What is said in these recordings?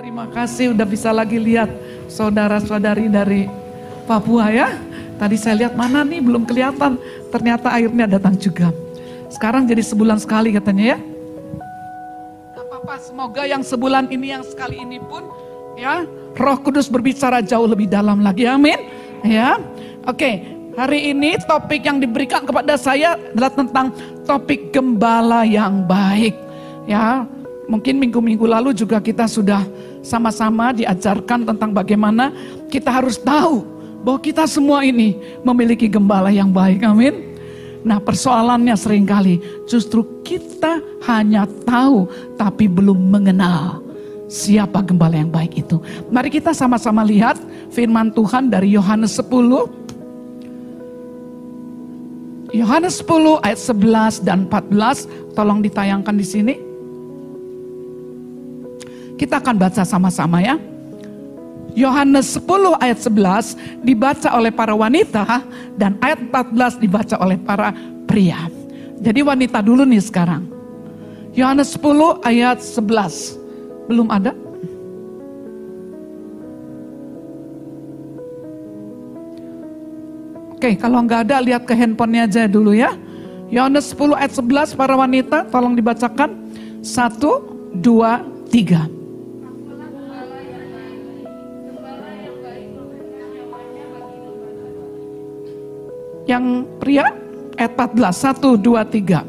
Terima kasih udah bisa lagi lihat saudara-saudari dari Papua ya. Tadi saya lihat mana nih belum kelihatan. Ternyata airnya datang juga. Sekarang jadi sebulan sekali katanya ya. Gak apa-apa, semoga yang sebulan ini yang sekali ini pun ya Roh Kudus berbicara jauh lebih dalam lagi. Amin. Ya. Oke, hari ini topik yang diberikan kepada saya adalah tentang topik gembala yang baik. Ya, mungkin minggu-minggu lalu juga kita sudah sama-sama diajarkan tentang bagaimana kita harus tahu bahwa kita semua ini memiliki gembala yang baik. Amin. Nah, persoalannya seringkali justru kita hanya tahu tapi belum mengenal siapa gembala yang baik itu. Mari kita sama-sama lihat firman Tuhan dari Yohanes 10. Yohanes 10 ayat 11 dan 14. Tolong ditayangkan di sini. Kita akan baca sama-sama ya. Yohanes 10 ayat 11 dibaca oleh para wanita dan ayat 14 dibaca oleh para pria. Jadi wanita dulu nih sekarang. Yohanes 10 ayat 11. Belum ada? Oke, kalau nggak ada lihat ke handphonenya aja dulu ya. Yohanes 10 ayat 11 para wanita tolong dibacakan. 1, 2, 3. Yang pria ayat 14, 1, 2, 3.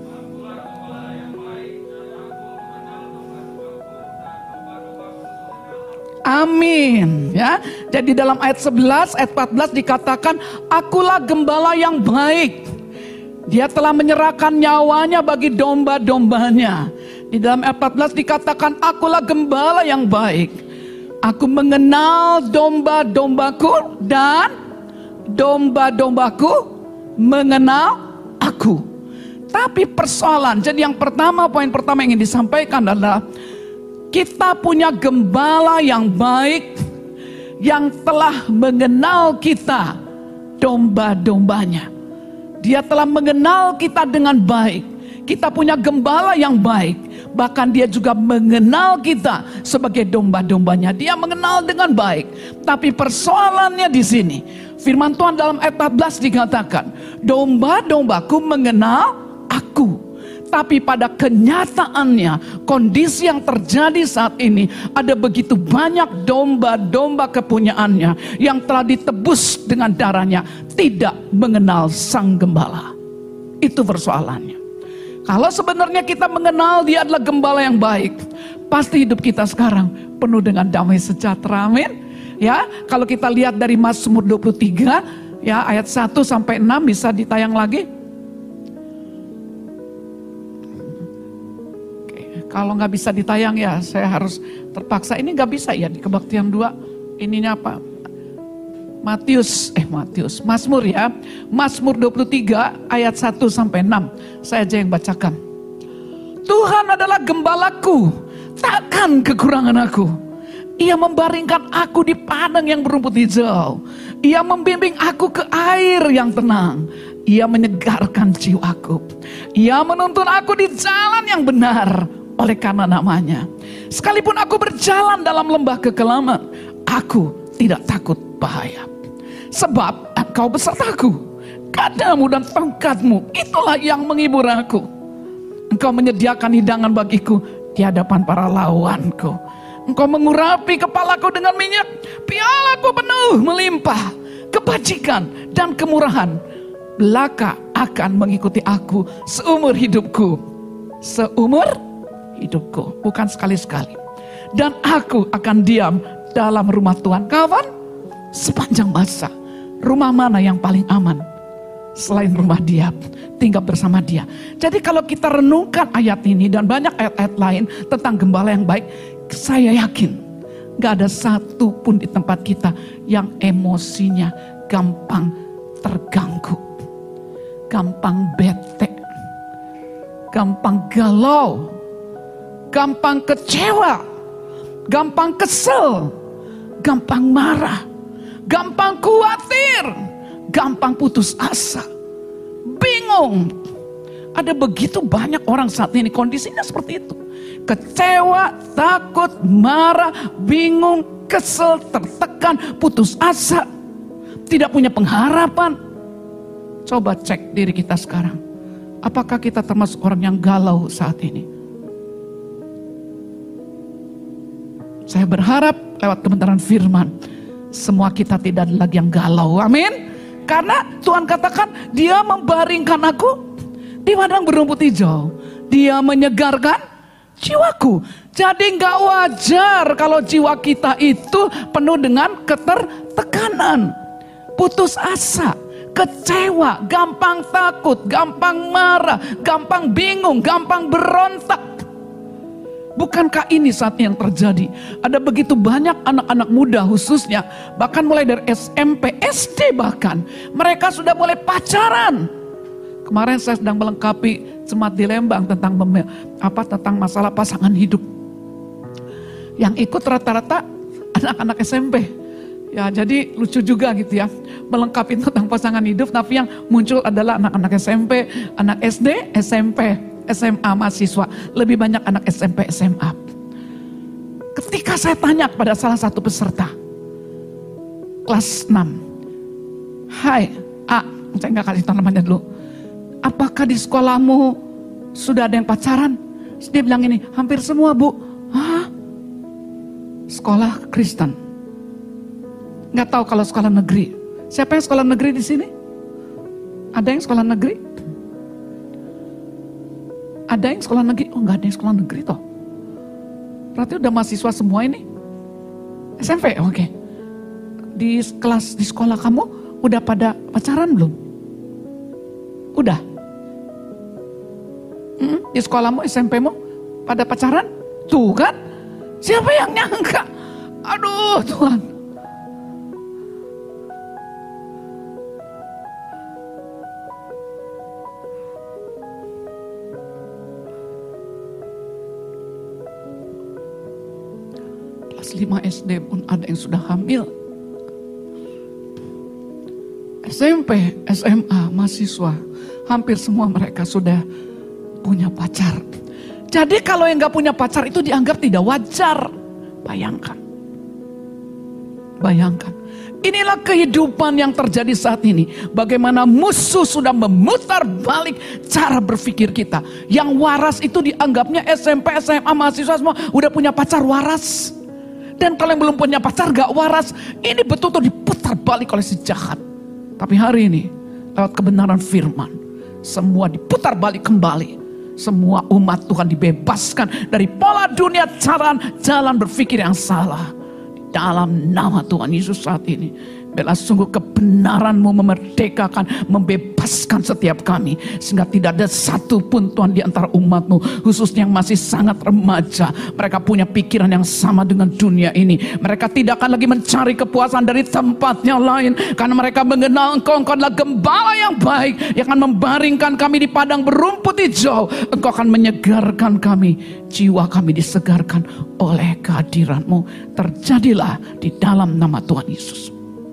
Amin ya. Jadi dalam ayat 11 ayat 14 dikatakan akulah gembala yang baik. Dia telah menyerahkan nyawanya bagi domba-dombanya. Di dalam ayat 14 dikatakan akulah gembala yang baik. Aku mengenal domba-dombaku dan domba-dombaku mengenal aku. Tapi persoalan, jadi yang pertama, poin pertama yang ingin disampaikan adalah kita punya gembala yang baik yang telah mengenal kita domba-dombanya. Dia telah mengenal kita dengan baik. Kita punya gembala yang baik. Bahkan dia juga mengenal kita sebagai domba-dombanya. Dia mengenal dengan baik. Tapi persoalannya di sini. Firman Tuhan dalam ayat 14 dikatakan, domba-dombaku mengenal aku. Tapi pada kenyataannya, kondisi yang terjadi saat ini, ada begitu banyak domba-domba kepunyaannya yang telah ditebus dengan darahnya, tidak mengenal sang gembala. Itu persoalannya. Kalau sebenarnya kita mengenal dia adalah gembala yang baik, pasti hidup kita sekarang penuh dengan damai sejahtera. Amin. Ya, kalau kita lihat dari Mazmur 23 ya ayat 1 sampai 6 bisa ditayang lagi. Oke, kalau nggak bisa ditayang ya saya harus terpaksa. Ini nggak bisa ya di Kebaktian 2. Ininya apa? Mazmur ya. Mazmur 23 ayat 1 sampai 6. Saya aja yang bacakan. Tuhan adalah gembalaku, takkan kekurangan aku. Ia membaringkan aku di padang yang berumput hijau. Ia membimbing aku ke air yang tenang. Ia menyegarkan jiwaku. Ia menuntun aku di jalan yang benar oleh karena namanya. Sekalipun aku berjalan dalam lembah kekelaman, aku tidak takut bahaya. Sebab engkau besertaku, gadamu dan tongkatmu, itulah yang menghibur aku. Engkau menyediakan hidangan bagiku di hadapan para lawanku. Engkau mengurapi kepalaku dengan minyak, pialaku penuh melimpah. Kebajikan dan kemurahan belaka akan mengikuti aku seumur hidupku. Seumur hidupku, bukan sekali-sekali. Dan aku akan diam dalam rumah Tuhan. Kawan, sepanjang masa. Rumah mana yang paling aman selain rumah dia, tinggal bersama dia. Jadi kalau kita renungkan ayat ini dan banyak ayat-ayat lain tentang gembala yang baik, saya yakin gak ada satu pun di tempat kita yang emosinya gampang terganggu, gampang bete, gampang galau, gampang kecewa, gampang kesel, gampang marah, gampang khawatir, gampang putus asa, bingung, Ada begitu banyak orang saat ini kondisinya seperti itu. Kecewa, takut, marah, bingung, kesel, tertekan, putus asa, tidak punya pengharapan. Coba cek diri kita sekarang. Apakah kita termasuk orang yang galau saat ini? Saya berharap lewat kebenaran firman, semua kita tidak ada lagi yang galau. Amin. Karena Tuhan katakan, Dia membaringkan aku di padang berumput hijau. Dia menyegarkan jiwaku. Jadi gak wajar kalau jiwa kita itu penuh dengan ketertekanan, putus asa, kecewa, gampang takut, gampang marah, gampang bingung, gampang berontak. Bukankah ini saatnya yang terjadi? Ada begitu banyak anak-anak muda khususnya, bahkan mulai dari SMP, SD bahkan, mereka sudah mulai pacaran. Kemarin saya sedang melengkapi jemaat di Lembang tentang masalah pasangan hidup. Yang ikut rata-rata anak-anak SMP. Ya, jadi lucu juga gitu ya, melengkapi tentang pasangan hidup, tapi yang muncul adalah anak-anak SMP, anak SD, SMP, SMA mahasiswa, lebih banyak anak SMP, SMA. Ketika saya tanya kepada salah satu peserta, kelas 6, "Hai A," saya nggak kasih tahu namanya dulu, "apakah di sekolahmu sudah ada yang pacaran?" Terus dia bilang ini, "Hampir semua, Bu." "Hah? Sekolah Kristen?" Nggak tahu kalau sekolah negeri. Siapa yang sekolah negeri di sini? Ada yang sekolah negeri? Ada yang sekolah negeri? Oh, nggak ada yang sekolah negeri toh. Berarti udah mahasiswa semua ini? SMP, oke. Di kelas, di sekolah kamu udah pada pacaran belum? Udah? Di sekolahmu, SMP-mu pada pacaran? Tuh kan? Siapa yang nyangka? Aduh Tuhan. Kelas 5 SD pun ada yang sudah hamil. SMP, SMA, mahasiswa, hampir semua mereka sudah punya pacar. Jadi kalau yang gak punya pacar itu dianggap tidak wajar. Bayangkan. Bayangkan. Inilah kehidupan yang terjadi saat ini. Bagaimana musuh sudah memutar balik cara berpikir kita. Yang waras itu dianggapnya SMP, SMA, mahasiswa semua udah punya pacar waras. Dan kalau yang belum punya pacar gak waras. Ini betul-betul diputar balik oleh si jahat. Tapi hari ini lewat kebenaran firman, semua diputar balik kembali. Semua umat Tuhan dibebaskan dari pola dunia, jalan berpikir yang salah. Dalam nama Tuhan Yesus saat ini. Bila sungguh kebenaran-Mu memerdekakan, membebaskan setiap kami. Sehingga tidak ada satu pun Tuhan di antara umat-Mu, khususnya yang masih sangat remaja. Mereka punya pikiran yang sama dengan dunia ini. Mereka tidak akan lagi mencari kepuasan dari tempatnya lain. Karena mereka mengenal Engkau adalah gembala yang baik. Yang akan membaringkan kami di padang berumput hijau. Engkau akan menyegarkan kami. Jiwa kami disegarkan oleh kehadiran-Mu. Terjadilah di dalam nama Tuhan Yesus.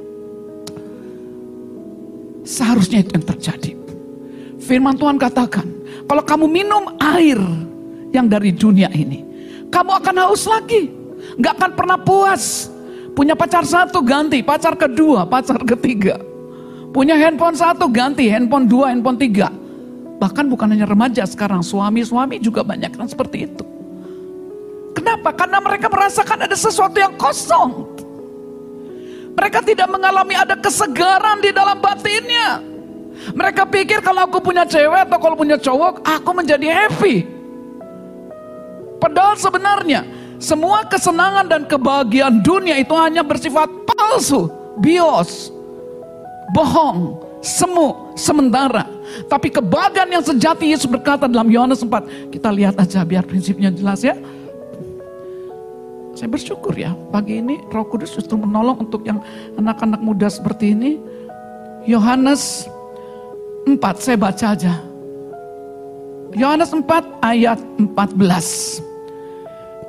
Seharusnya itu yang terjadi. Firman Tuhan katakan, kalau kamu minum air yang dari dunia ini, kamu akan haus lagi. Gak akan pernah puas. Punya pacar satu ganti, pacar kedua, pacar ketiga. Punya handphone satu ganti, handphone dua, handphone tiga. Bahkan bukan hanya remaja sekarang, suami-suami juga banyak yang seperti itu. Kenapa? Karena mereka merasakan ada sesuatu yang kosong. Mereka tidak mengalami ada kesegaran di dalam batinnya. Mereka pikir kalau aku punya cewek atau kalau punya cowok, aku menjadi happy. Padahal sebenarnya semua kesenangan dan kebahagiaan dunia itu hanya bersifat palsu, bios, bohong, semu, sementara. Tapi kebahagiaan yang sejati, Yesus berkata dalam Yohanes 4. Kita lihat aja biar prinsipnya jelas ya. Saya bersyukur ya, pagi ini Roh Kudus justru menolong untuk yang anak-anak muda seperti ini. Yohanes 4, saya baca aja. Yohanes 4 ayat 14.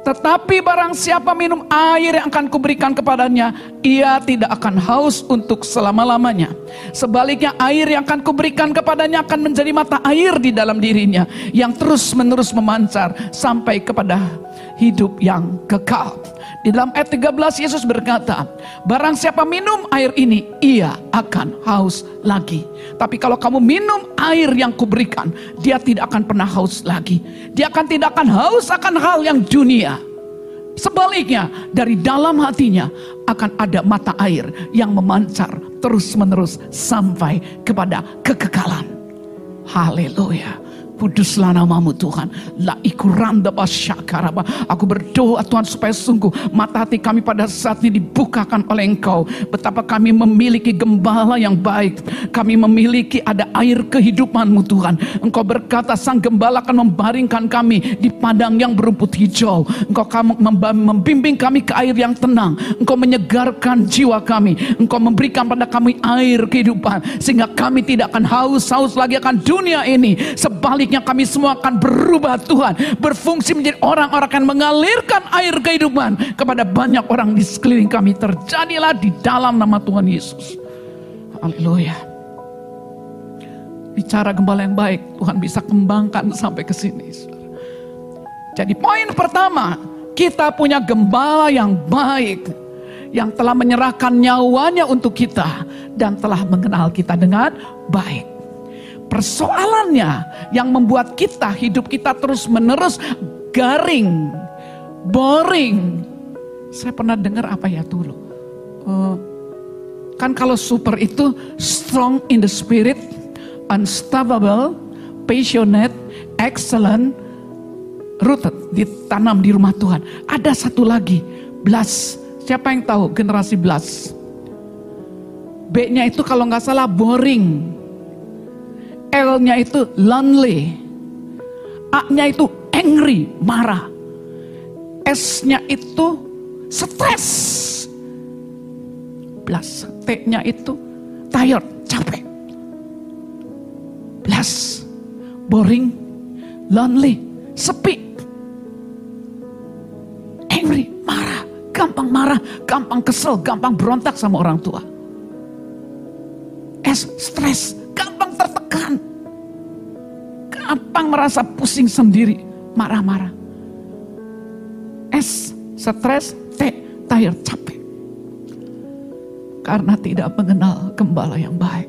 Tetapi barang siapa minum air yang akan kuberikan kepadanya, ia tidak akan haus untuk selama-lamanya. Sebaliknya air yang akan kuberikan kepadanya akan menjadi mata air di dalam dirinya, yang terus-menerus memancar sampai kepada hidup yang kekal. Di dalam ayat 13 Yesus berkata, barang siapa minum air ini, ia akan haus lagi. Tapi kalau kamu minum air yang kuberikan, dia tidak akan pernah haus lagi. Dia tidak akan haus akan hal yang dunia. Sebaliknya, dari dalam hatinya akan ada mata air yang memancar terus-menerus sampai kepada kekekalan. Haleluya. Kuduslah namamu Tuhan. La ikuranda basyakaraba. Aku berdoa Tuhan supaya sungguh mata hati kami pada saat ini dibukakan oleh Engkau. Betapa kami memiliki gembala yang baik. Kami memiliki ada air kehidupan-Mu Tuhan. Engkau berkata sang gembala akan membaringkan kami di padang yang berumput hijau. Engkau membimbing kami ke air yang tenang. Engkau menyegarkan jiwa kami. Engkau memberikan pada kami air kehidupan. Sehingga kami tidak akan haus lagi akan dunia ini. Sebaliknya kami semua akan berubah Tuhan, berfungsi menjadi orang-orang yang mengalirkan air kehidupan kepada banyak orang di sekeliling kami. Terjadilah di dalam nama Tuhan Yesus. Haleluya. Bicara gembala yang baik, Tuhan bisa kembangkan sampai ke sini. Jadi poin pertama, kita punya gembala yang baik, yang telah menyerahkan nyawanya untuk kita dan telah mengenal kita dengan baik. Persoalannya yang membuat kita, hidup kita terus menerus garing, boring. Saya pernah dengar apa ya dulu, kan kalau super itu strong in the spirit, unstoppable, passionate, excellent, rooted, ditanam di rumah Tuhan. Ada satu lagi, blast. Siapa yang tahu generasi blast? B-nya itu kalau nggak salah boring. L-nya itu lonely, A-nya itu angry, marah, S-nya itu stres, plus T-nya itu tired, capek. Plus boring, lonely, sepi, angry, marah, gampang kesel, gampang berontak sama orang tua. S, stres, gampang tertekan, gampang merasa pusing sendiri, marah-marah. S, stres, T, tired, capek. Karena tidak mengenal gembala yang baik.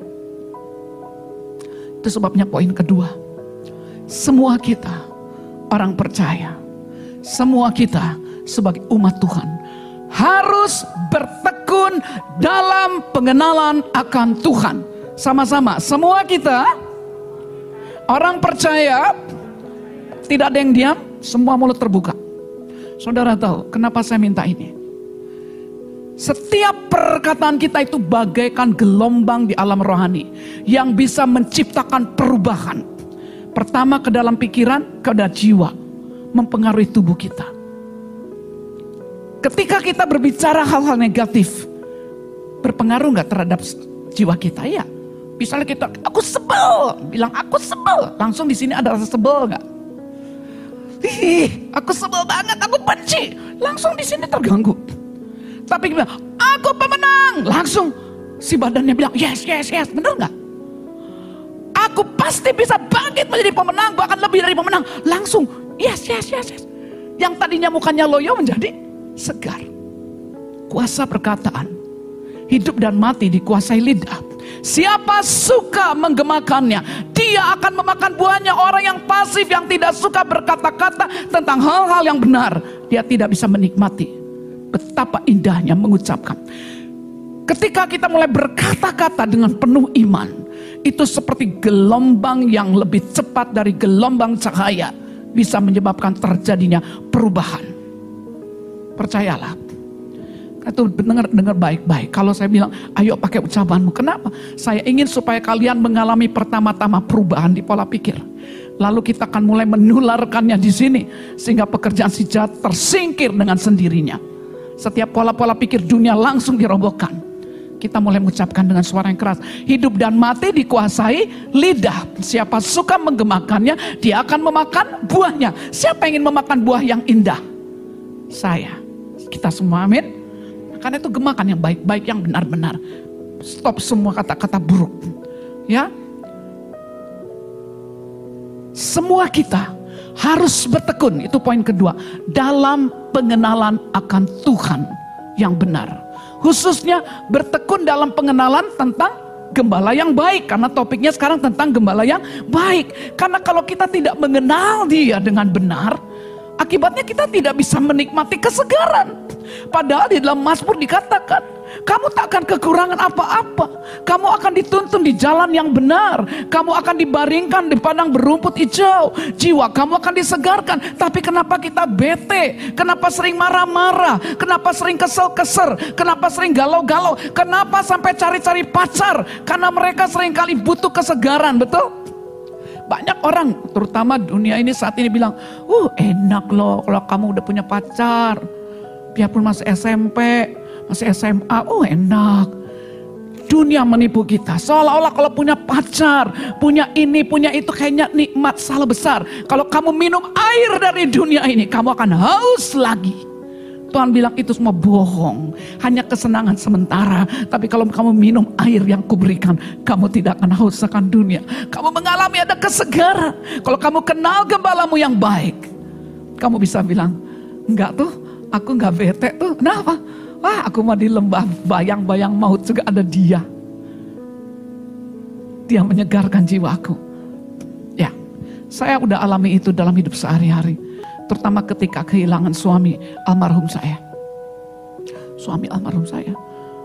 Itu sebabnya poin kedua, semua kita orang percaya, semua kita sebagai umat Tuhan harus bertekun dalam pengenalan akan Tuhan. Sama-sama, semua kita orang percaya, tidak ada yang diam, semua mulut terbuka. Saudara tahu kenapa saya minta ini? Setiap perkataan kita itu bagaikan gelombang di alam rohani yang bisa menciptakan perubahan. Pertama ke dalam pikiran, ke dalam jiwa, mempengaruhi tubuh kita. Ketika kita berbicara hal-hal negatif, berpengaruh nggak terhadap jiwa kita? Ya, misalnya kita, aku sebel, bilang aku sebel, langsung di sini ada rasa sebel nggak? Aku sebel banget, aku benci, langsung di sini terganggu. Tapi kita bilang, aku pemenang, langsung si badannya bilang yes, bener nggak? Aku pasti bisa bangkit menjadi pemenang, bahkan lebih dari pemenang, langsung yes. Yang tadinya mukanya loyo menjadi segar. Kuasa perkataan, hidup dan mati dikuasai lidah. Siapa suka menggemakannya, dia akan memakan buahnya. Orang yang pasif, yang tidak suka berkata-kata tentang hal-hal yang benar, dia tidak bisa menikmati betapa indahnya mengucapkan. Ketika kita mulai berkata-kata dengan penuh iman, itu seperti gelombang yang lebih cepat dari gelombang cahaya, bisa menyebabkan terjadinya perubahan. Percayalah, itu dengar baik-baik. Kalau saya bilang, ayo pakai ucapanmu. Kenapa? Saya ingin supaya kalian mengalami pertama-tama perubahan di pola pikir. Lalu kita akan mulai menularkannya di sini, sehingga pekerjaan si jahat tersingkir dengan sendirinya. Setiap pola-pola pikir dunia langsung dirobohkan. Kita mulai mengucapkan dengan suara yang keras. Hidup dan mati dikuasai lidah. Siapa suka menggemakannya, dia akan memakan buahnya. Siapa ingin memakan buah yang indah? saya. Kita semua, amin. Karena itu gemakan yang baik-baik, yang benar-benar. Stop semua kata-kata buruk. Ya. Semua kita harus bertekun, itu poin kedua, dalam pengenalan akan Tuhan yang benar. Khususnya bertekun dalam pengenalan tentang gembala yang baik. Karena topiknya sekarang tentang gembala yang baik. Karena kalau kita tidak mengenal dia dengan benar, akibatnya kita tidak bisa menikmati kesegaran. Padahal di dalam Mazmur dikatakan, kamu tak akan kekurangan apa-apa. Kamu akan dituntun di jalan yang benar. Kamu akan dibaringkan di padang berumput hijau. Jiwa kamu akan disegarkan. Tapi kenapa kita bete? Kenapa sering marah-marah? Kenapa sering kesel-keser? Kenapa sering galau-galau? Kenapa sampai cari-cari pacar? Karena mereka sering kali butuh kesegaran, betul? Banyak orang, terutama dunia ini saat ini bilang, enak loh kalau kamu udah punya pacar. Biarpun masih SMP, masih SMA, enak. Dunia menipu kita, seolah-olah kalau punya pacar, punya ini, punya itu, kayaknya nikmat. Salah besar. Kalau kamu minum air dari dunia ini, kamu akan haus lagi. Tuhan bilang itu semua bohong, hanya kesenangan sementara. Tapi kalau kamu minum air yang kuberikan, kamu tidak akan haus akan dunia. Kamu mengalami ada kesegaran. Kalau kamu kenal gembalamu yang baik, kamu bisa bilang, enggak tuh, aku enggak bete tuh. Kenapa? Wah, aku mau di lembah bayang-bayang maut juga ada dia. Dia menyegarkan jiwaku. Ya, saya udah alami itu dalam hidup sehari-hari. Terutama ketika kehilangan suami almarhum saya. Suami almarhum saya.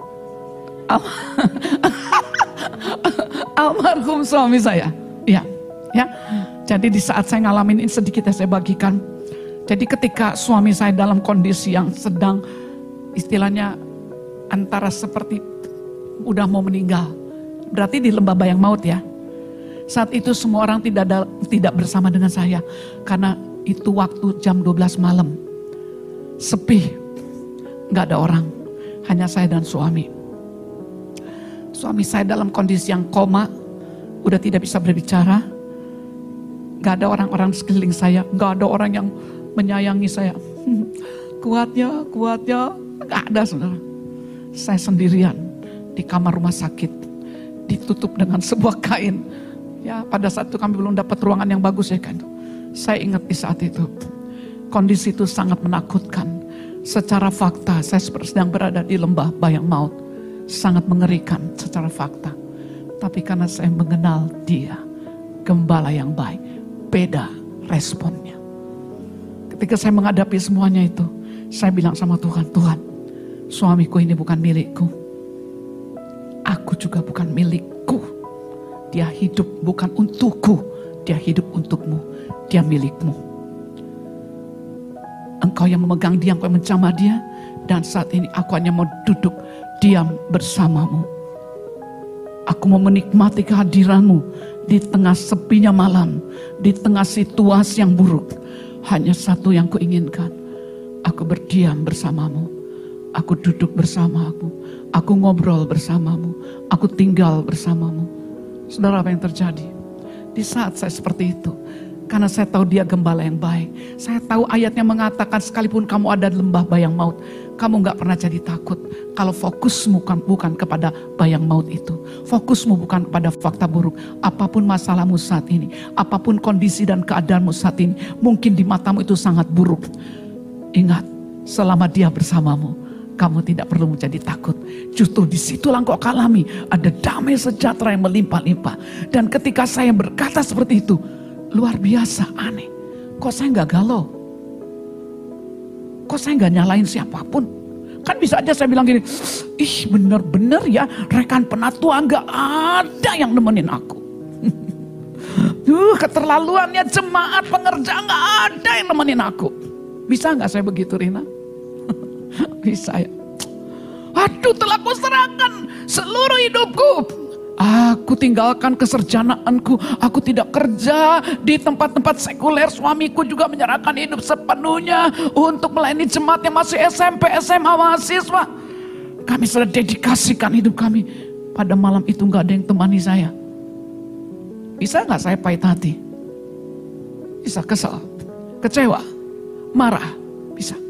Almarhum suami saya. Ya, ya. Jadi di saat saya ngalamin ini sedikit saya bagikan. Jadi ketika suami saya dalam kondisi yang sedang istilahnya antara seperti udah mau meninggal. Berarti di lembah bayang maut ya. Saat itu semua orang tidak bersama dengan saya. Karena itu waktu jam 12 malam. Sepi. Gak ada orang. Hanya saya dan suami. Suami saya dalam kondisi yang koma. Udah tidak bisa berbicara. Gak ada orang-orang sekeliling saya. Gak ada orang yang menyayangi saya. Kuatnya. Gak ada, saudara. Saya sendirian di kamar rumah sakit, ditutup dengan sebuah kain. Ya, pada saat itu kami belum dapat ruangan yang bagus ya kan. Saya ingat di saat itu kondisi itu sangat menakutkan. Secara fakta saya sedang berada di lembah bayang maut, sangat mengerikan secara fakta. Tapi karena saya mengenal dia, gembala yang baik, beda responnya. Ketika saya menghadapi semuanya itu, saya bilang sama Tuhan, Tuhan, suamiku ini bukan milikku. Aku juga bukan milikku. Dia hidup bukan untukku. Dia hidup untukmu. Dia milikmu. Engkau yang memegang dia, engkau yang menjamah dia. Dan saat ini aku hanya mau duduk diam bersamamu. Aku mau menikmati kehadiranmu di tengah sepinya malam. Di tengah situasi yang buruk. Hanya satu yang kuinginkan. Aku berdiam bersamamu. Aku duduk bersamamu. Aku ngobrol bersamamu. Aku tinggal bersamamu. Saudara, apa yang terjadi? Di saat saya seperti itu, karena saya tahu dia gembala yang baik. Saya tahu ayatnya mengatakan sekalipun kamu ada di lembah bayang maut, kamu gak pernah jadi takut. Kalau fokusmu bukan kepada bayang maut itu. Fokusmu bukan kepada fakta buruk. Apapun masalahmu saat ini, apapun kondisi dan keadaanmu saat ini, mungkin di matamu itu sangat buruk. Ingat, selama dia bersamamu, kamu tidak perlu menjadi takut. Justru disitulah engkau alami ada damai sejahtera yang melimpah-limpah. Dan ketika saya berkata seperti itu, luar biasa, aneh. Kok saya gak galau? Kok saya gak nyalain siapapun? Kan bisa aja saya bilang gini, ih bener-bener ya rekan penatua gak ada yang nemenin aku. Keterlaluannya jemaat pengerja gak ada yang nemenin aku. Bisa gak saya begitu, Rina? Bisa ya. Aduh, telah kuserahkan seluruh hidupku. Aku tinggalkan keserjanaanku. Aku tidak kerja di tempat-tempat sekuler. Suamiku juga menyerahkan hidup sepenuhnya untuk melayani jemaat yang masih SMP, SMA, mahasiswa. Kami sudah dedikasikan hidup kami. Pada malam itu gak ada yang temani saya. Bisa gak saya pahit hati? Bisa kesal, kecewa, marah. Bisa.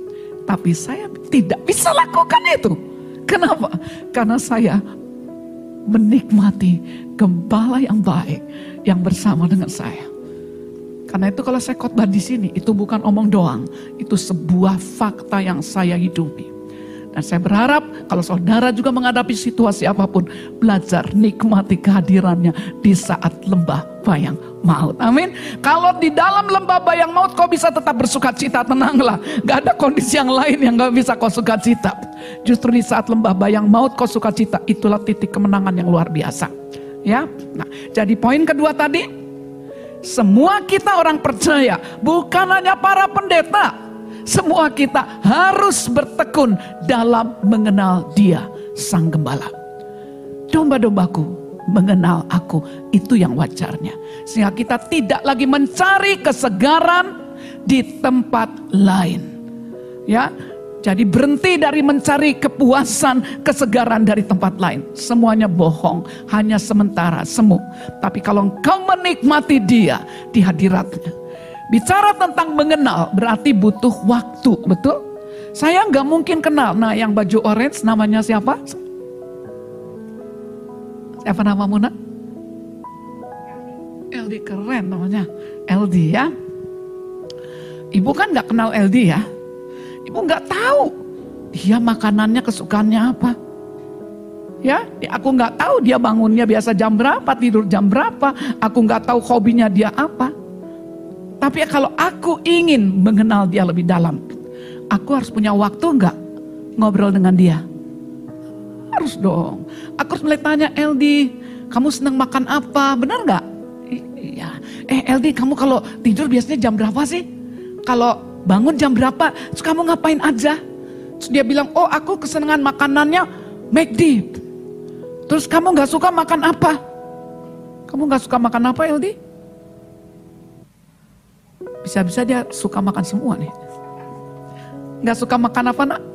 Tapi saya tidak bisa lakukan itu. Kenapa? Karena saya menikmati gembala yang baik yang bersama dengan saya. Karena itu kalau saya khotbah di sini, itu bukan omong doang. Itu sebuah fakta yang saya hidupi. Dan saya berharap kalau saudara juga menghadapi situasi apapun, belajar nikmati kehadirannya di saat lembah bayang maut. Amin. Kalau di dalam lembah bayang maut kau bisa tetap bersuka cita, tenanglah. Gak ada kondisi yang lain yang gak bisa kau suka cita. Justru di saat lembah bayang maut kau suka cita, itulah titik kemenangan yang luar biasa. Ya, nah, jadi poin kedua tadi, semua kita orang percaya, bukan hanya para pendeta. Semua kita harus bertekun dalam mengenal Dia, Sang Gembala. Domba-dombaku mengenal aku, itu yang wajarnya. Sehingga kita tidak lagi mencari kesegaran di tempat lain. Ya, jadi berhenti dari mencari kepuasan, kesegaran dari tempat lain. Semuanya bohong, hanya sementara, semu. Tapi kalau engkau menikmati Dia di hadiratnya, bicara tentang mengenal berarti butuh waktu, betul? Saya nggak mungkin kenal. Nah, yang baju orange namanya siapa? Siapa nama Muna? LD, keren namanya. LD ya. Ibu kan nggak kenal LD ya. Ibu nggak tahu dia makanannya kesukaannya apa. Ya, aku nggak tahu dia bangunnya biasa jam berapa, tidur jam berapa. Aku nggak tahu hobinya dia apa. Tapi kalau aku ingin mengenal dia lebih dalam, aku harus punya waktu enggak ngobrol dengan dia? Harus dong. Aku harus mulai tanya, LD, kamu senang makan apa? Benar enggak? Iya. LD, kamu kalau tidur biasanya jam berapa sih? Kalau bangun jam berapa? Terus kamu ngapain aja? Terus dia bilang, oh aku kesenangan makanannya McD. Terus kamu enggak suka makan apa? Kamu enggak suka makan apa, LD? Bisa-bisa dia suka makan semua nih. Gak suka makan apa, nak?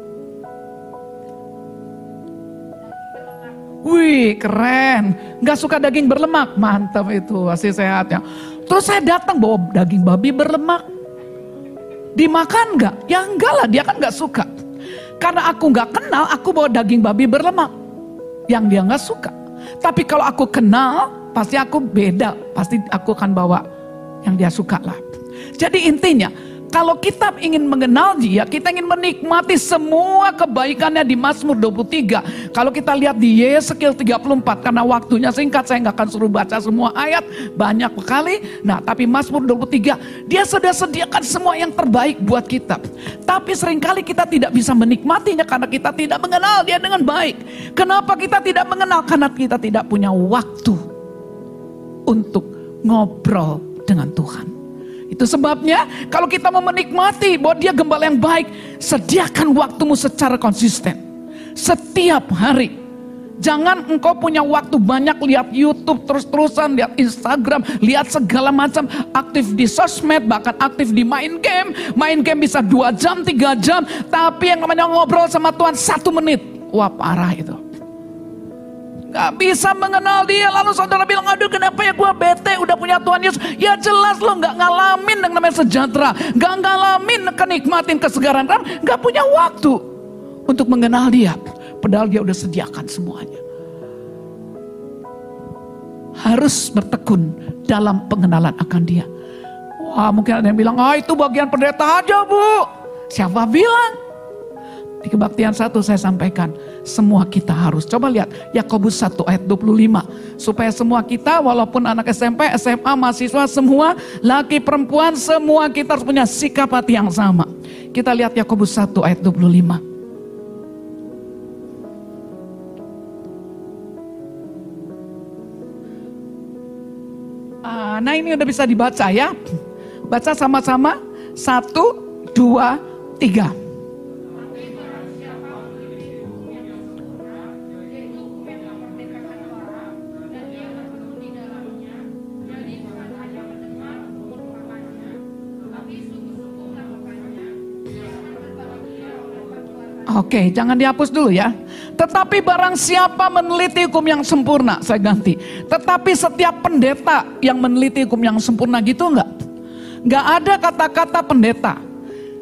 Wih, keren. Gak suka daging berlemak. Mantap itu, pasti sehat ya. Terus saya datang bawa daging babi berlemak. Dimakan gak? Ya enggak lah, dia kan gak suka. Karena aku gak kenal, aku bawa daging babi berlemak. Yang dia gak suka. Tapi kalau aku kenal, pasti aku beda. Pasti aku akan bawa yang dia suka lah. Jadi intinya, kalau kita ingin mengenal Dia, kita ingin menikmati semua kebaikannya di Mazmur 23. Kalau kita lihat di Yeskiel 34, karena waktunya singkat, saya nggak akan suruh baca semua ayat, banyak sekali. Nah, tapi Mazmur 23, Dia sudah sediakan semua yang terbaik buat kita. Tapi seringkali kita tidak bisa menikmatinya karena kita tidak mengenal Dia dengan baik. Kenapa kita tidak mengenal? Karena kita tidak punya waktu untuk ngobrol dengan Tuhan. Itu sebabnya kalau kita mau menikmati bahwa Dia gembala yang baik, sediakan waktumu secara konsisten. Setiap hari. Jangan engkau punya waktu banyak lihat YouTube terus-terusan, lihat Instagram, lihat segala macam, aktif di sosmed, bahkan aktif di main game. Main game bisa 2 jam, 3 jam, tapi yang namanya ngobrol sama Tuhan 1 menit. Wah, parah itu. Gak bisa mengenal Dia, lalu saudara bilang, aduh kenapa ya gue bete udah punya Tuhan Yesus. Ya jelas lo gak ngalamin yang namanya sejahtera, gak ngalamin kenikmatin kesegaran, kan gak punya waktu untuk mengenal Dia. Padahal Dia udah sediakan semuanya. Harus bertekun dalam pengenalan akan Dia. Wah, mungkin ada yang bilang, itu bagian pendeta aja, Bu. Siapa bilang? Di kebaktian 1 saya sampaikan, semua kita harus. Coba lihat Yakobus 1 ayat 25. Supaya semua kita, walaupun anak SMP, SMA, mahasiswa, semua, laki perempuan, semua kita harus punya sikap hati yang sama. Kita lihat Yakobus 1 ayat 25. Nah ini udah bisa dibaca ya. Baca sama-sama. 1, 2, 3. Oke, jangan dihapus dulu ya. Tetapi barang siapa meneliti hukum yang sempurna, saya ganti. Tetapi setiap pendeta yang meneliti hukum yang sempurna gitu enggak? Enggak ada kata-kata pendeta.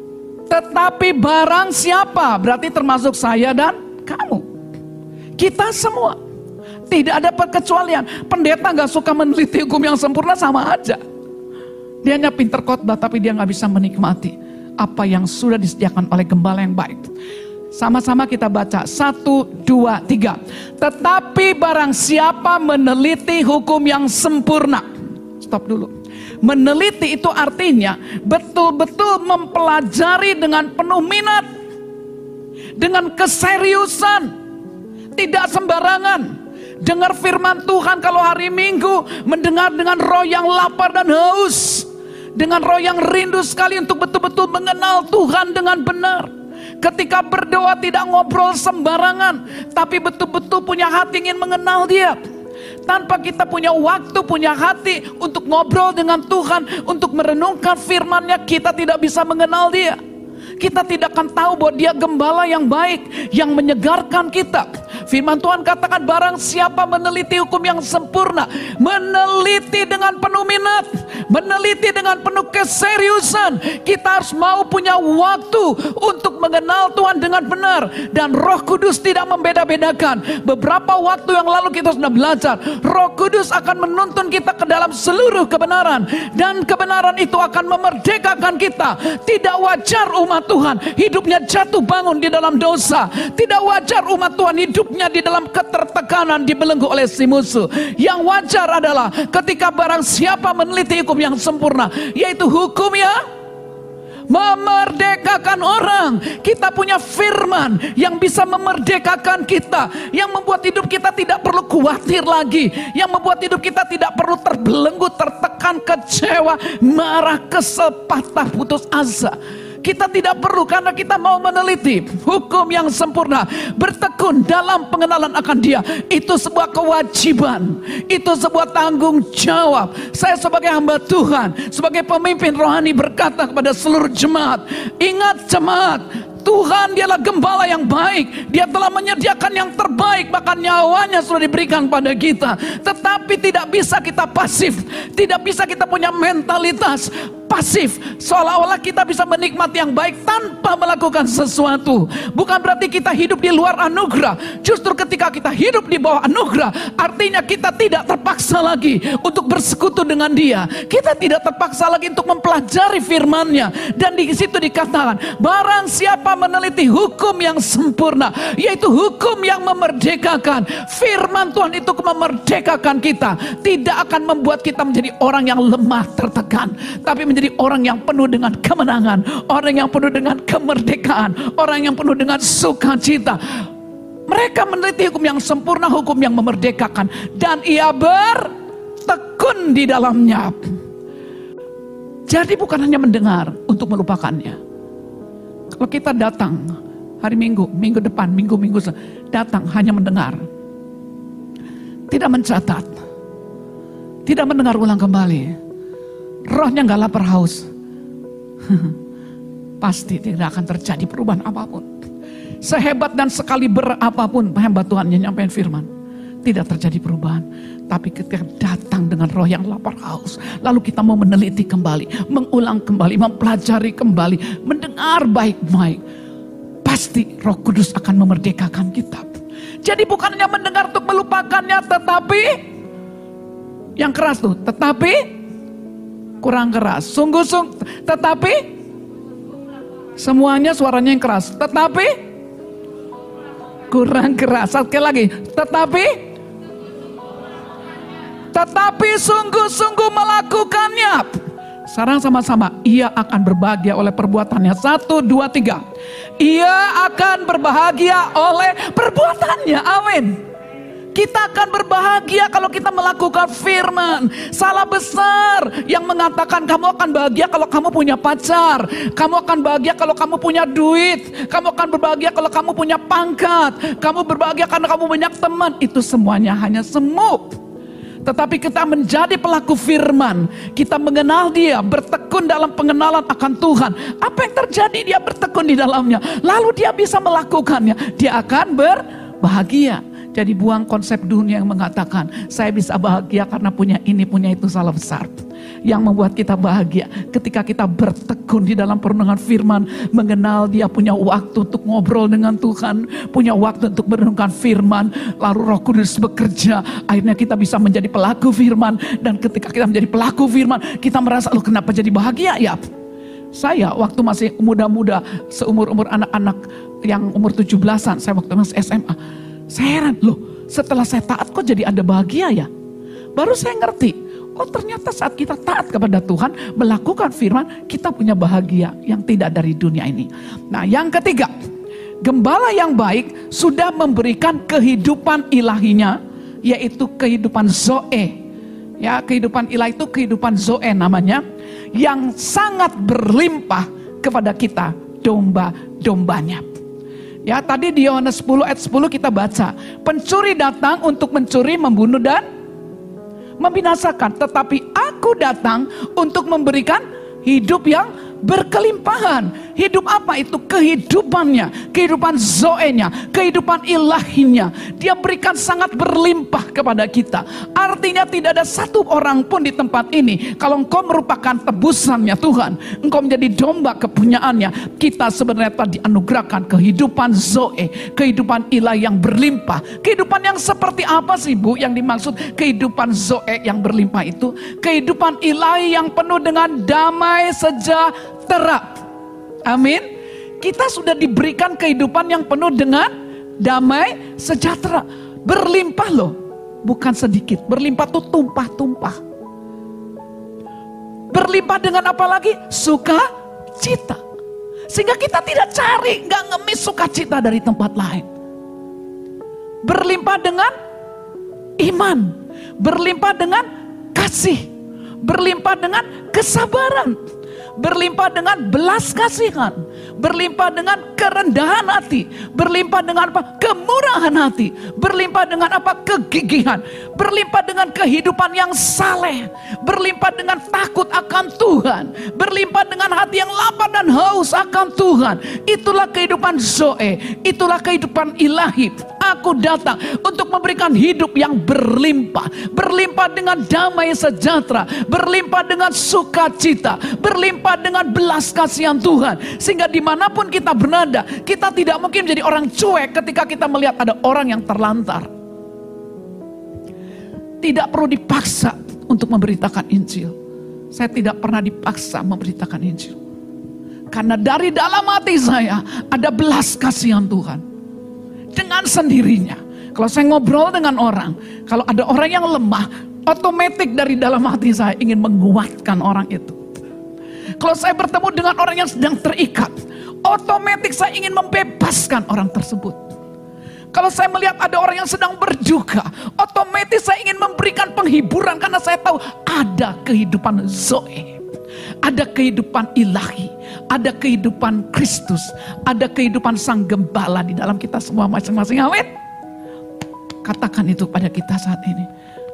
Tetapi barang siapa, berarti termasuk saya dan kamu. Kita semua. Tidak ada perkecualian. Pendeta gak suka meneliti hukum yang sempurna, sama aja. Dia hanya pinter khotbah, tapi dia gak bisa menikmati apa yang sudah disediakan oleh gembala yang baik. Sama-sama kita baca 1, 2, 3. Tetapi barang siapa meneliti hukum yang sempurna. Stop dulu. Meneliti itu artinya betul-betul mempelajari dengan penuh minat, dengan keseriusan, tidak sembarangan. Dengar firman Tuhan kalau hari Minggu, mendengar dengan roh yang lapar dan haus, dengan roh yang rindu sekali untuk betul-betul mengenal Tuhan dengan benar. Ketika berdoa tidak ngobrol sembarangan, tapi betul-betul punya hati ingin mengenal Dia. Tanpa kita punya waktu, punya hati untuk ngobrol dengan Tuhan, untuk merenungkan firman-Nya, kita tidak bisa mengenal Dia. Kita tidak akan tahu bahwa Dia gembala yang baik, yang menyegarkan kita. Firman Tuhan katakan barang siapa meneliti hukum yang sempurna, meneliti dengan penuh minat, meneliti dengan penuh keseriusan. Kita harus mau punya waktu untuk mengenal Tuhan dengan benar. Dan Roh Kudus tidak membeda-bedakan. Beberapa waktu yang lalu kita sudah belajar, Roh Kudus akan menuntun kita ke dalam seluruh kebenaran. Dan kebenaran itu akan memerdekakan kita. Tidak wajar umat Tuhan hidupnya jatuh bangun di dalam dosa. Tidak wajar umat Tuhan hidupnya di dalam ketertekanan, dibelenggu oleh si musuh. Yang wajar adalah ketika barang siapa meneliti hukum yang sempurna, yaitu hukum yang memerdekakan orang. Kita punya firman yang bisa memerdekakan kita, yang membuat hidup kita tidak perlu khawatir lagi, yang membuat hidup kita tidak perlu terbelenggu, tertekan, kecewa, marah, kesel, patah, putus asa. Kita tidak perlu, karena kita mau meneliti hukum yang sempurna, bertekun dalam pengenalan akan Dia. Itu sebuah kewajiban, itu sebuah tanggung jawab. Saya sebagai hamba Tuhan, sebagai pemimpin rohani, berkata kepada seluruh jemaat, ingat jemaat, Tuhan dialah gembala yang baik. Dia telah menyediakan yang terbaik, bahkan nyawanya sudah diberikan pada kita. Tetapi tidak bisa kita pasif, tidak bisa kita punya mentalitas pasif, seolah-olah kita bisa menikmati yang baik tanpa melakukan sesuatu. Bukan berarti kita hidup di luar anugerah. Justru ketika kita hidup di bawah anugerah, artinya kita tidak terpaksa lagi untuk bersekutu dengan Dia. Kita tidak terpaksa lagi untuk mempelajari firman-Nya. Dan di situ dikatakan, barang siapa meneliti hukum yang sempurna, yaitu hukum yang memerdekakan. Firman Tuhan itu memerdekakan kita, tidak akan membuat kita menjadi orang yang lemah, tertekan, tapi menjadi orang yang penuh dengan kemenangan, orang yang penuh dengan kemerdekaan, orang yang penuh dengan sukacita. Mereka meneliti hukum yang sempurna, hukum yang memerdekakan, dan ia bertekun di dalamnya. Jadi bukan hanya mendengar untuk melupakannya. Kalau kita datang hari Minggu, minggu depan, minggu datang hanya mendengar, tidak mencatat, tidak mendengar ulang kembali, rohnya gak lapar haus, pasti tidak akan terjadi perubahan apapun. Sehebat dan sekaliber apapun hamba Tuhan yang nyampein firman, tidak terjadi perubahan. Tapi ketika datang dengan roh yang lapar haus, lalu kita mau meneliti kembali, mengulang kembali, mempelajari kembali, mendengar baik-baik, pasti Roh Kudus akan memerdekakan kita. Jadi bukan hanya mendengar untuk melupakannya, tetapi yang keras tuh, tetapi kurang keras, sungguh-sungguh, tetapi semuanya suaranya yang keras, tetapi kurang keras. Sekali lagi, tetapi sungguh-sungguh melakukannya. Sekarang sama-sama, ia akan berbahagia oleh perbuatannya. 1, 2, 3. Ia akan berbahagia oleh perbuatannya. Amin. Kita akan berbahagia kalau kita melakukan firman. Salah besar yang mengatakan kamu akan bahagia kalau kamu punya pacar, kamu akan bahagia kalau kamu punya duit, kamu akan berbahagia kalau kamu punya pangkat, kamu berbahagia karena kamu banyak teman. Itu semuanya hanya semu. Tetapi kita menjadi pelaku firman, kita mengenal Dia, bertekun dalam pengenalan akan Tuhan. Apa yang terjadi? Dia bertekun di dalamnya, lalu dia bisa melakukannya. Dia akan berbahagia. Jadi buang konsep dunia yang mengatakan saya bisa bahagia karena punya ini, punya itu. Salah besar. Yang membuat kita bahagia ketika kita bertekun di dalam perenungan firman, mengenal Dia, punya waktu untuk ngobrol dengan Tuhan, punya waktu untuk merenungkan firman, lalu Roh Kudus bekerja, akhirnya kita bisa menjadi pelaku firman. Dan ketika kita menjadi pelaku firman, kita merasa, loh kenapa jadi bahagia ya? Saya waktu masih muda-muda, seumur-umur anak-anak yang umur 17-an, saya waktu masih SMA, saya heran, loh setelah saya taat kok jadi ada bahagia ya? Baru saya ngerti, oh ternyata saat kita taat kepada Tuhan, melakukan firman, kita punya bahagia yang tidak dari dunia ini. Nah yang ketiga, gembala yang baik sudah memberikan kehidupan ilahinya, yaitu kehidupan Zoe. Ya, kehidupan ilahi itu kehidupan Zoe namanya, yang sangat berlimpah kepada kita, domba-dombanya. Ya, tadi di Yohanes 10 ayat 10 kita baca, pencuri datang untuk mencuri, membunuh dan membinasakan, tetapi aku datang untuk memberikan hidup yang berkelimpahan. Hidup apa itu? Kehidupannya, kehidupan Zoe-nya, kehidupan ilahinya. Dia berikan sangat berlimpah kepada kita. Artinya tidak ada satu orang pun di tempat ini, kalau engkau merupakan tebusannya Tuhan, engkau menjadi domba kepunyaannya, kita sebenarnya telah dianugerahkan kehidupan Zoe, kehidupan ilahi yang berlimpah. Kehidupan yang seperti apa sih Bu yang dimaksud kehidupan Zoe yang berlimpah itu? Kehidupan ilahi yang penuh dengan damai sejahtera. Amin. Kita sudah diberikan kehidupan yang penuh dengan damai sejahtera. Berlimpah loh. Bukan sedikit. Berlimpah tuh tumpah-tumpah. Berlimpah dengan apa lagi? Sukacita. Sehingga kita tidak cari, gak ngemis sukacita dari tempat lain. Berlimpah dengan iman. Berlimpah dengan kasih. Berlimpah dengan kesabaran. Berlimpah dengan belas kasihan, berlimpah dengan kerendahan hati, berlimpah dengan apa? Kemurahan hati, berlimpah dengan apa? Kegigihan, berlimpah dengan kehidupan yang saleh, berlimpah dengan takut akan Tuhan, berlimpah dengan hati yang lapar dan haus akan Tuhan. Itulah kehidupan Zoe, itulah kehidupan ilahi. Aku datang untuk memberikan hidup yang berlimpah, berlimpah dengan damai sejahtera, berlimpah dengan sukacita, berlimpah dengan belas kasihan Tuhan. Sehingga dimanapun kita berada, kita tidak mungkin menjadi orang cuek ketika kita melihat ada orang yang terlantar. Tidak perlu dipaksa untuk memberitakan Injil. Saya tidak pernah dipaksa memberitakan Injil. Karena dari dalam hati saya ada belas kasihan Tuhan. Dengan sendirinya. Kalau saya ngobrol dengan orang, kalau ada orang yang lemah, otomatis dari dalam hati saya ingin menguatkan orang itu. Kalau saya bertemu dengan orang yang sedang terikat, otomatis saya ingin membebaskan orang tersebut. Kalau saya melihat ada orang yang sedang berduka, otomatis saya ingin memberikan penghiburan, karena saya tahu ada kehidupan Zoe. Ada kehidupan ilahi, ada kehidupan Kristus, ada kehidupan Sang Gembala di dalam kita semua masing-masing. Amin. Katakan itu pada kita saat ini.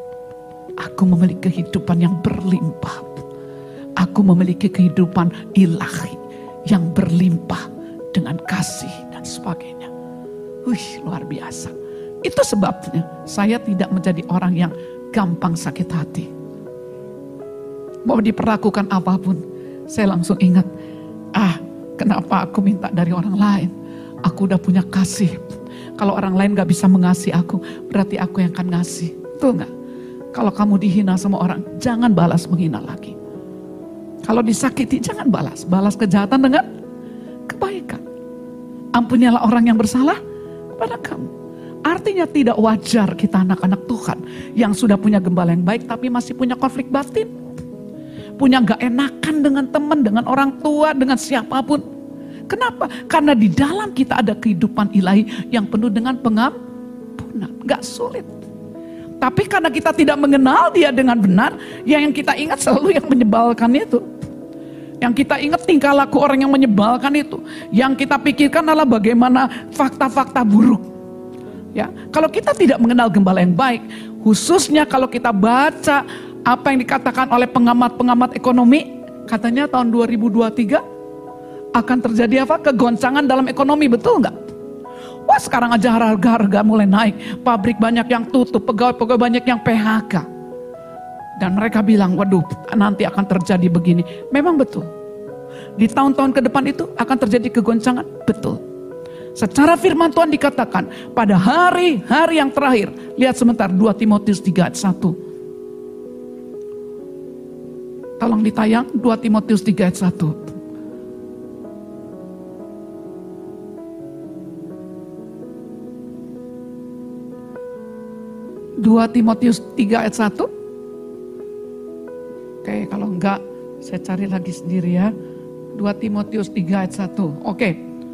Aku memiliki kehidupan yang berlimpah. Aku memiliki kehidupan ilahi yang berlimpah dengan kasih dan sebagainya. Luar biasa. Itu sebabnya saya tidak menjadi orang yang gampang sakit hati. Mau diperlakukan apapun, saya langsung ingat, kenapa aku minta dari orang lain? Aku udah punya kasih. Kalau orang lain gak bisa mengasihi aku, berarti aku yang akan ngasih. Betul gak? Kalau kamu dihina sama orang, jangan balas menghina lagi. Kalau disakiti, jangan balas. Balas kejahatan dengan kebaikan. Ampunilah orang yang bersalah kepada kamu. Artinya tidak wajar kita anak-anak Tuhan yang sudah punya gembala yang baik, tapi masih punya konflik batin. Punya gak enakan dengan teman, dengan orang tua, dengan siapapun. Kenapa? Karena di dalam kita ada kehidupan ilahi yang penuh dengan pengampunan. Gak sulit. Tapi karena kita tidak mengenal Dia dengan benar, yang kita ingat selalu yang menyebalkan itu. Yang kita ingat tingkah laku orang yang menyebalkan itu. Yang kita pikirkan adalah bagaimana fakta-fakta buruk. Ya, kalau kita tidak mengenal gembala yang baik, khususnya kalau kita baca apa yang dikatakan oleh pengamat-pengamat ekonomi, katanya tahun 2023 akan terjadi apa? Kegoncangan dalam ekonomi, betul nggak? Wah, sekarang aja harga-harga mulai naik. Pabrik banyak yang tutup, pegawai-pegawai banyak yang PHK. Dan mereka bilang, waduh, nanti akan terjadi begini. Memang betul. Di tahun-tahun ke depan itu akan terjadi kegoncangan, betul. Secara firman Tuhan dikatakan, pada hari-hari yang terakhir. Lihat sebentar, 2 Timotius 3 ayat 1. Tolong ditayang, 2 Timotius 3 ayat 1. 2 Timotius 3 ayat 1. Oke, kalau enggak saya cari lagi sendiri ya. 2 Timotius 3 ayat 1. Oke.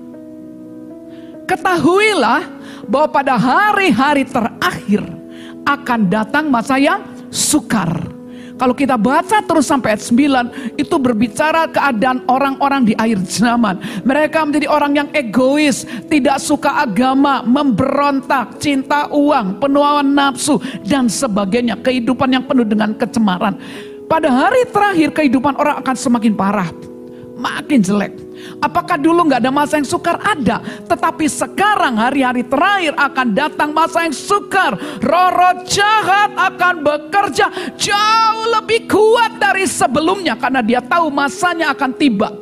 Ketahuilah bahwa pada hari-hari terakhir akan datang masa yang sukar. Kalau kita baca terus sampai ayat 9, itu berbicara keadaan orang-orang di akhir zaman. Mereka menjadi orang yang egois, tidak suka agama, memberontak, cinta uang, penuh hawa nafsu, dan sebagainya. Kehidupan yang penuh dengan kecemaran. Pada hari terakhir kehidupan orang akan semakin parah, makin jelek. Apakah dulu nggak ada masa yang sukar? Ada. Tetapi sekarang hari-hari terakhir akan datang masa yang sukar. Roh-roh jahat akan bekerja jauh lebih kuat dari sebelumnya. Karena dia tahu masanya akan tiba.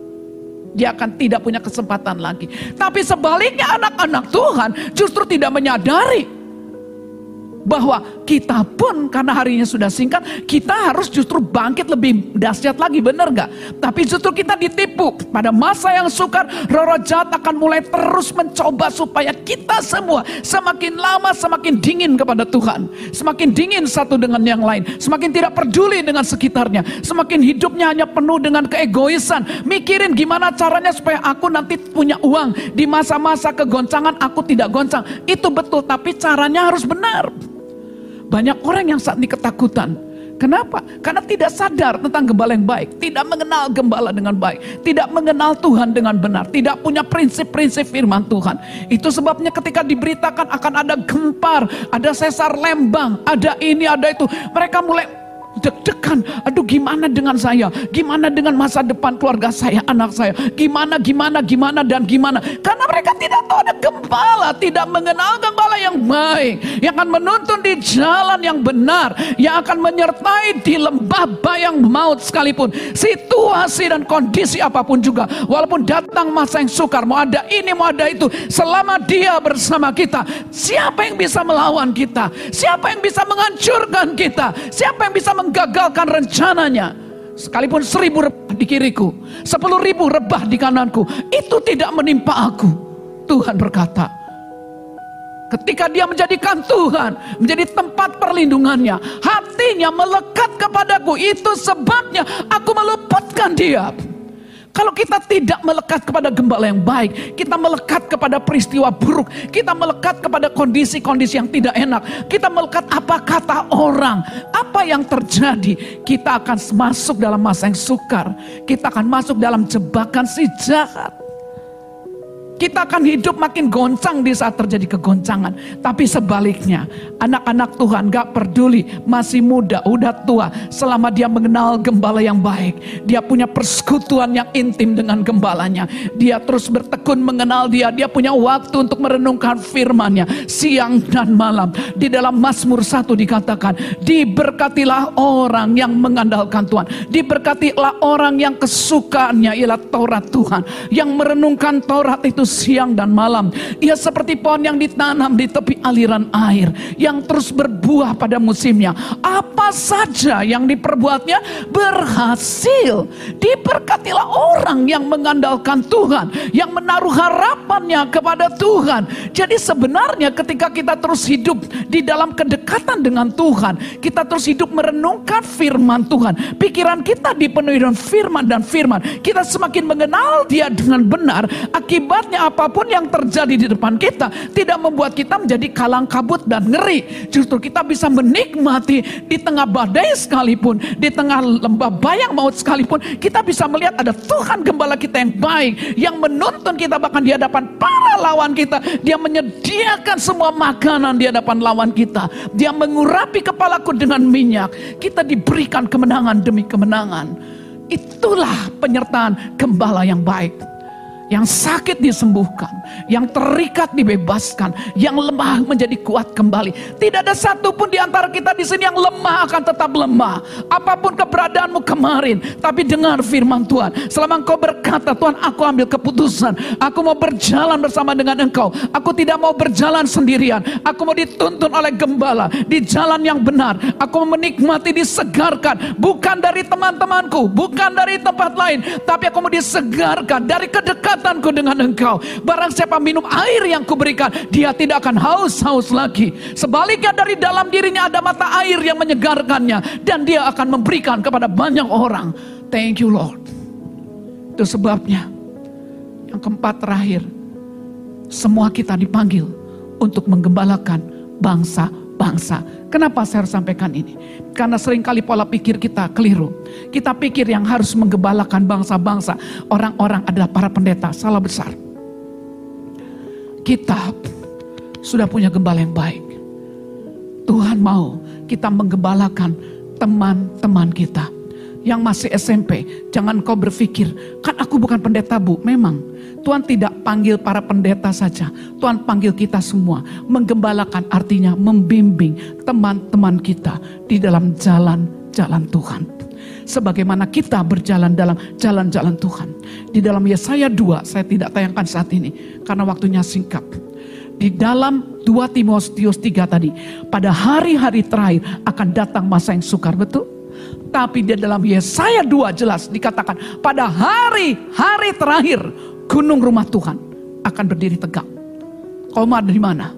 Dia akan tidak punya kesempatan lagi. Tapi sebaliknya anak-anak Tuhan justru tidak menyadari bahwa kita pun karena harinya sudah singkat, kita harus justru bangkit lebih dahsyat lagi, benar gak? Tapi justru kita ditipu. Pada masa yang sukar, roh-roh jahat akan mulai terus mencoba supaya kita semua semakin lama semakin dingin kepada Tuhan. Semakin dingin satu dengan yang lain. Semakin tidak peduli dengan sekitarnya. Semakin hidupnya hanya penuh dengan keegoisan. Mikirin gimana caranya supaya aku nanti punya uang. Di masa-masa kegoncangan aku tidak goncang. Itu betul, tapi caranya harus benar. Banyak orang yang saat ini ketakutan. Kenapa? Karena tidak sadar tentang gembala yang baik. Tidak mengenal gembala dengan baik. Tidak mengenal Tuhan dengan benar. Tidak punya prinsip-prinsip firman Tuhan. Itu sebabnya ketika diberitakan akan ada gempar, ada sesar lembang, ada ini, ada itu, mereka mulai deg-degan. Aduh, gimana dengan saya? Gimana dengan masa depan keluarga saya, anak saya? Gimana dan gimana? Karena mereka tidak tahu ada gembala, tidak mengenal gembala yang baik, yang akan menuntun di jalan yang benar, yang akan menyertai di lembah bayang maut sekalipun. Situasi dan kondisi apapun juga, walaupun datang masa yang sukar, mau ada ini, mau ada itu, selama dia bersama kita, siapa yang bisa melawan kita? Siapa yang bisa menghancurkan kita? Siapa yang bisa menggagalkan rencananya? Sekalipun 1000 rebah di kiriku, 10.000 rebah di kananku, itu tidak menimpa aku. Tuhan berkata, ketika dia menjadikan Tuhan menjadi tempat perlindungannya, hatinya melekat kepadaku. Itu sebabnya aku meluputkan dia. Kalau kita tidak melekat kepada gembala yang baik, kita melekat kepada peristiwa buruk, kita melekat kepada kondisi-kondisi yang tidak enak, kita melekat apa kata orang, apa yang terjadi, kita akan masuk dalam masa yang sukar, kita akan masuk dalam jebakan si jahat. Kita akan hidup makin goncang di saat terjadi kegoncangan. Tapi sebaliknya, anak-anak Tuhan gak peduli masih muda, udah tua, selama dia mengenal gembala yang baik, dia punya persekutuan yang intim dengan gembalanya, dia terus bertekun mengenal dia, dia punya waktu untuk merenungkan firman-Nya siang dan malam. Di dalam Mazmur 1 dikatakan, diberkatilah orang yang mengandalkan Tuhan, diberkatilah orang yang kesukaannya ialah Taurat Tuhan, yang merenungkan Taurat itu siang dan malam. Ia seperti pohon yang ditanam di tepi aliran air, yang terus berbuah pada musimnya. Apa saja yang diperbuatnya berhasil. Diberkatilah orang yang mengandalkan Tuhan, yang menaruh harapannya kepada Tuhan. Jadi sebenarnya ketika kita terus hidup di dalam kedekatan dengan Tuhan, kita terus hidup merenungkan firman Tuhan, pikiran kita dipenuhi dengan firman dan firman, kita semakin mengenal Dia dengan benar. Akibatnya apapun yang terjadi di depan kita tidak membuat kita menjadi kalang kabut dan ngeri. Justru kita bisa menikmati di tengah badai sekalipun, di tengah lembah bayang maut sekalipun, kita bisa melihat ada Tuhan gembala kita yang baik, yang menuntun kita bahkan di hadapan para lawan kita. Dia menyediakan semua makanan di hadapan lawan kita. Dia mengurapi kepalaku dengan minyak. Kita diberikan kemenangan demi kemenangan. Itulah penyertaan gembala yang baik. Yang sakit disembuhkan, yang terikat dibebaskan, yang lemah menjadi kuat kembali. Tidak ada satupun di antara kita di sini yang lemah akan tetap lemah. Apapun keberadaanmu kemarin, tapi dengar firman Tuhan. Selama engkau berkata, Tuhan, aku ambil keputusan, aku mau berjalan bersama dengan engkau. Aku tidak mau berjalan sendirian. Aku mau dituntun oleh gembala di jalan yang benar. Aku mau menikmati, disegarkan, bukan dari teman-temanku, bukan dari tempat lain, tapi aku mau disegarkan dari kedekatan dengan engkau. Barang siapa minum air yang kuberikan, dia tidak akan haus lagi. Sebaliknya dari dalam dirinya ada mata air yang menyegarkannya, dan dia akan memberikan kepada banyak orang. Thank you Lord. Itu sebabnya yang keempat terakhir, semua kita dipanggil untuk menggembalakan bangsa-bangsa. Kenapa saya harus sampaikan ini? Karena seringkali pola pikir kita keliru. Kita pikir yang harus menggembalakan bangsa-bangsa, orang-orang adalah para pendeta. Salah besar. Kita sudah punya gembala yang baik. Tuhan mau kita menggembalakan teman-teman kita yang masih SMP. Jangan kau berpikir, kan aku bukan pendeta Bu. Memang Tuhan tidak panggil para pendeta saja, Tuhan panggil kita semua. Menggembalakan artinya membimbing teman-teman kita di dalam jalan-jalan Tuhan. Sebagaimana kita berjalan dalam jalan-jalan Tuhan. Di dalam Yesaya 2, saya tidak tayangkan saat ini karena waktunya singkat. Di dalam 2 Timotius 3 tadi, pada hari-hari terakhir akan datang masa yang sukar, betul? Tapi di dalam Yesaya 2 jelas dikatakan, pada hari-hari terakhir gunung rumah Tuhan akan berdiri tegak. Kau mau ada di mana?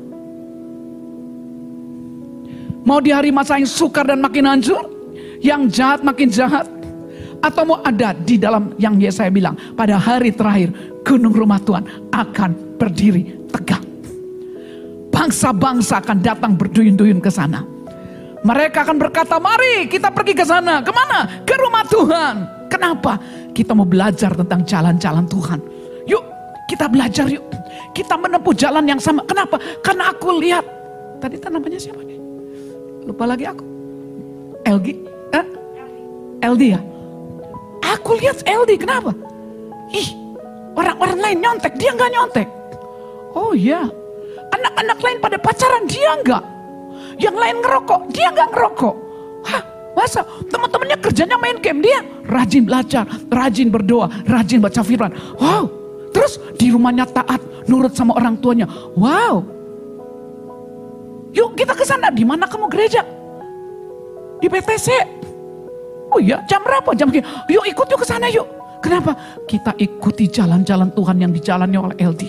Mau di hari masa yang sukar dan makin hancur? Yang jahat makin jahat? Atau mau ada di dalam yang Yesaya bilang, pada hari terakhir gunung rumah Tuhan akan berdiri tegak. Bangsa-bangsa akan datang berduyun-duyun ke sana. Mereka akan berkata, mari kita pergi ke sana. Kemana? Ke rumah Tuhan. Kenapa? Kita mau belajar tentang jalan-jalan Tuhan. Yuk, kita belajar yuk. Kita menempuh jalan yang sama. Kenapa? Karena aku lihat. Tadi namanya siapa nih? Lupa lagi aku. LD ya? Aku lihat LD, kenapa? Orang-orang lain nyontek, dia nggak nyontek. Oh iya. Anak-anak lain pada pacaran, dia enggak. Yang lain ngerokok, dia enggak ngerokok. Hah, masa? Teman-temannya kerjanya main game, dia rajin belajar, rajin berdoa, rajin baca firman. Wow. Terus di rumahnya taat, nurut sama orang tuanya. Wow. Yuk kita ke sana. Di mana kamu gereja? Di PTC. Oh iya, jam berapa? Jam segini. Yuk ikut yuk ke sana yuk. Kenapa? Kita ikuti jalan-jalan Tuhan yang dijalani oleh LD.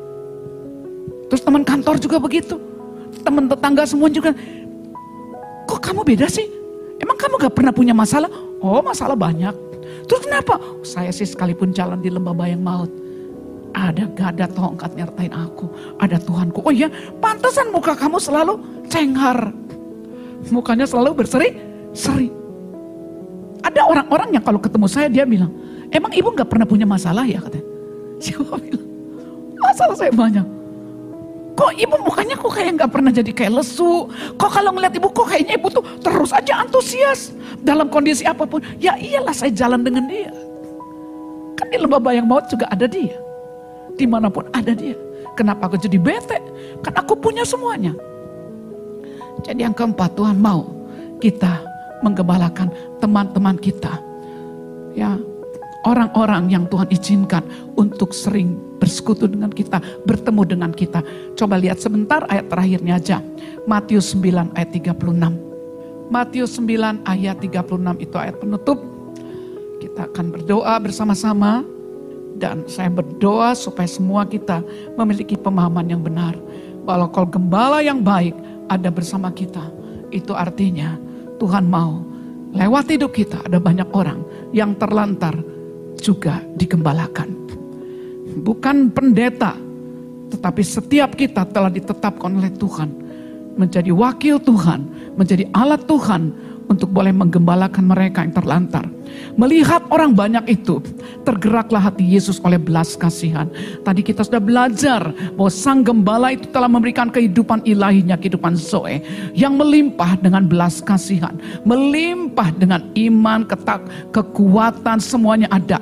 Terus teman kantor juga begitu. Teman tetangga semua juga. Kok kamu beda sih? Emang kamu gak pernah punya masalah? Oh, masalah banyak. Terus kenapa? Saya sih sekalipun jalan di lembah bayang maut, ada gada tongkat nyertain aku. Ada Tuhanku. Oh iya, pantesan muka kamu selalu cengar. Mukanya selalu berseri-seri. Ada orang-orang yang kalau ketemu saya dia bilang, emang ibu gak pernah punya masalah ya katanya. Siapa bilang? Masalah saya banyak. Kok ibu mukanya kok kayak gak pernah jadi kayak lesu. Kok kalau ngeliat ibu kok kayaknya ibu tuh terus aja antusias. Dalam kondisi apapun. Ya iyalah saya jalan dengan dia. Kan di lembah bayang maut juga ada dia. Dimanapun ada dia. Kenapa aku jadi bete? Kan aku punya semuanya. Jadi yang keempat, Tuhan mau kita menggembalakan teman-teman kita. Ya, orang-orang yang Tuhan izinkan untuk sering bersekutu dengan kita, bertemu dengan kita. Coba lihat sebentar ayat terakhirnya aja. Matius 9 ayat 36. Matius 9 ayat 36 itu ayat penutup. Kita akan berdoa bersama-sama. Dan saya berdoa supaya semua kita memiliki pemahaman yang benar. Bahwa kalau gembala yang baik ada bersama kita. Itu artinya Tuhan mau lewat hidup kita ada banyak orang yang terlantar juga digembalakan. Bukan pendeta, tetapi setiap kita telah ditetapkan oleh Tuhan menjadi wakil Tuhan, menjadi alat Tuhan untuk boleh menggembalakan mereka yang terlantar. Melihat orang banyak itu, tergeraklah hati Yesus oleh belas kasihan. Tadi kita sudah belajar bahwa Sang Gembala itu telah memberikan kehidupan ilahinya, kehidupan Zoe, yang melimpah dengan belas kasihan, melimpah dengan iman, kekuatan, semuanya ada.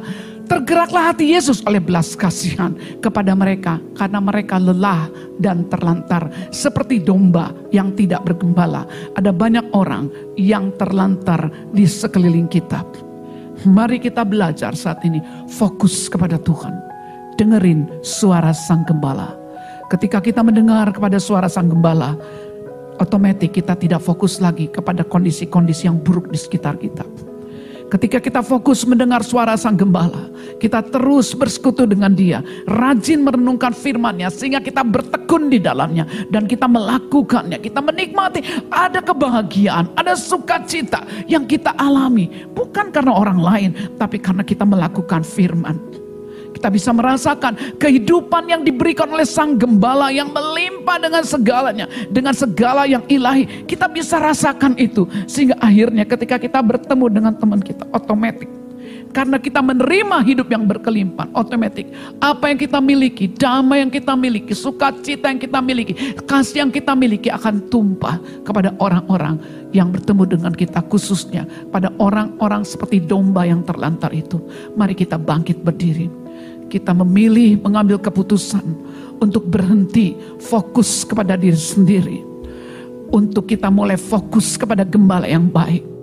Tergeraklah hati Yesus oleh belas kasihan kepada mereka karena mereka lelah dan terlantar seperti domba yang tidak bergembala. Ada banyak orang yang terlantar di sekeliling kita. Mari kita belajar saat ini fokus kepada Tuhan. Dengerin suara Sang Gembala. Ketika kita mendengar kepada suara Sang Gembala, otomatis kita tidak fokus lagi kepada kondisi-kondisi yang buruk di sekitar kita. Ketika kita fokus mendengar suara Sang Gembala, kita terus bersekutu dengan Dia, rajin merenungkan firman-Nya sehingga kita bertekun di dalamnya dan kita melakukannya, kita menikmati, ada kebahagiaan, ada sukacita yang kita alami, bukan karena orang lain, tapi karena kita melakukan firman. Kita bisa merasakan kehidupan yang diberikan oleh Sang Gembala yang melimpah dengan segalanya, dengan segala yang ilahi. Kita bisa rasakan itu sehingga akhirnya ketika kita bertemu dengan teman kita, otomatis karena kita menerima hidup yang berkelimpahan, otomatis apa yang kita miliki, damai yang kita miliki, sukacita yang kita miliki, kasih yang kita miliki akan tumpah kepada orang-orang yang bertemu dengan kita, khususnya pada orang-orang seperti domba yang terlantar itu. Mari kita bangkit berdiri. Kita memilih mengambil keputusan untuk berhenti fokus kepada diri sendiri. Untuk kita mulai fokus kepada Gembala yang baik.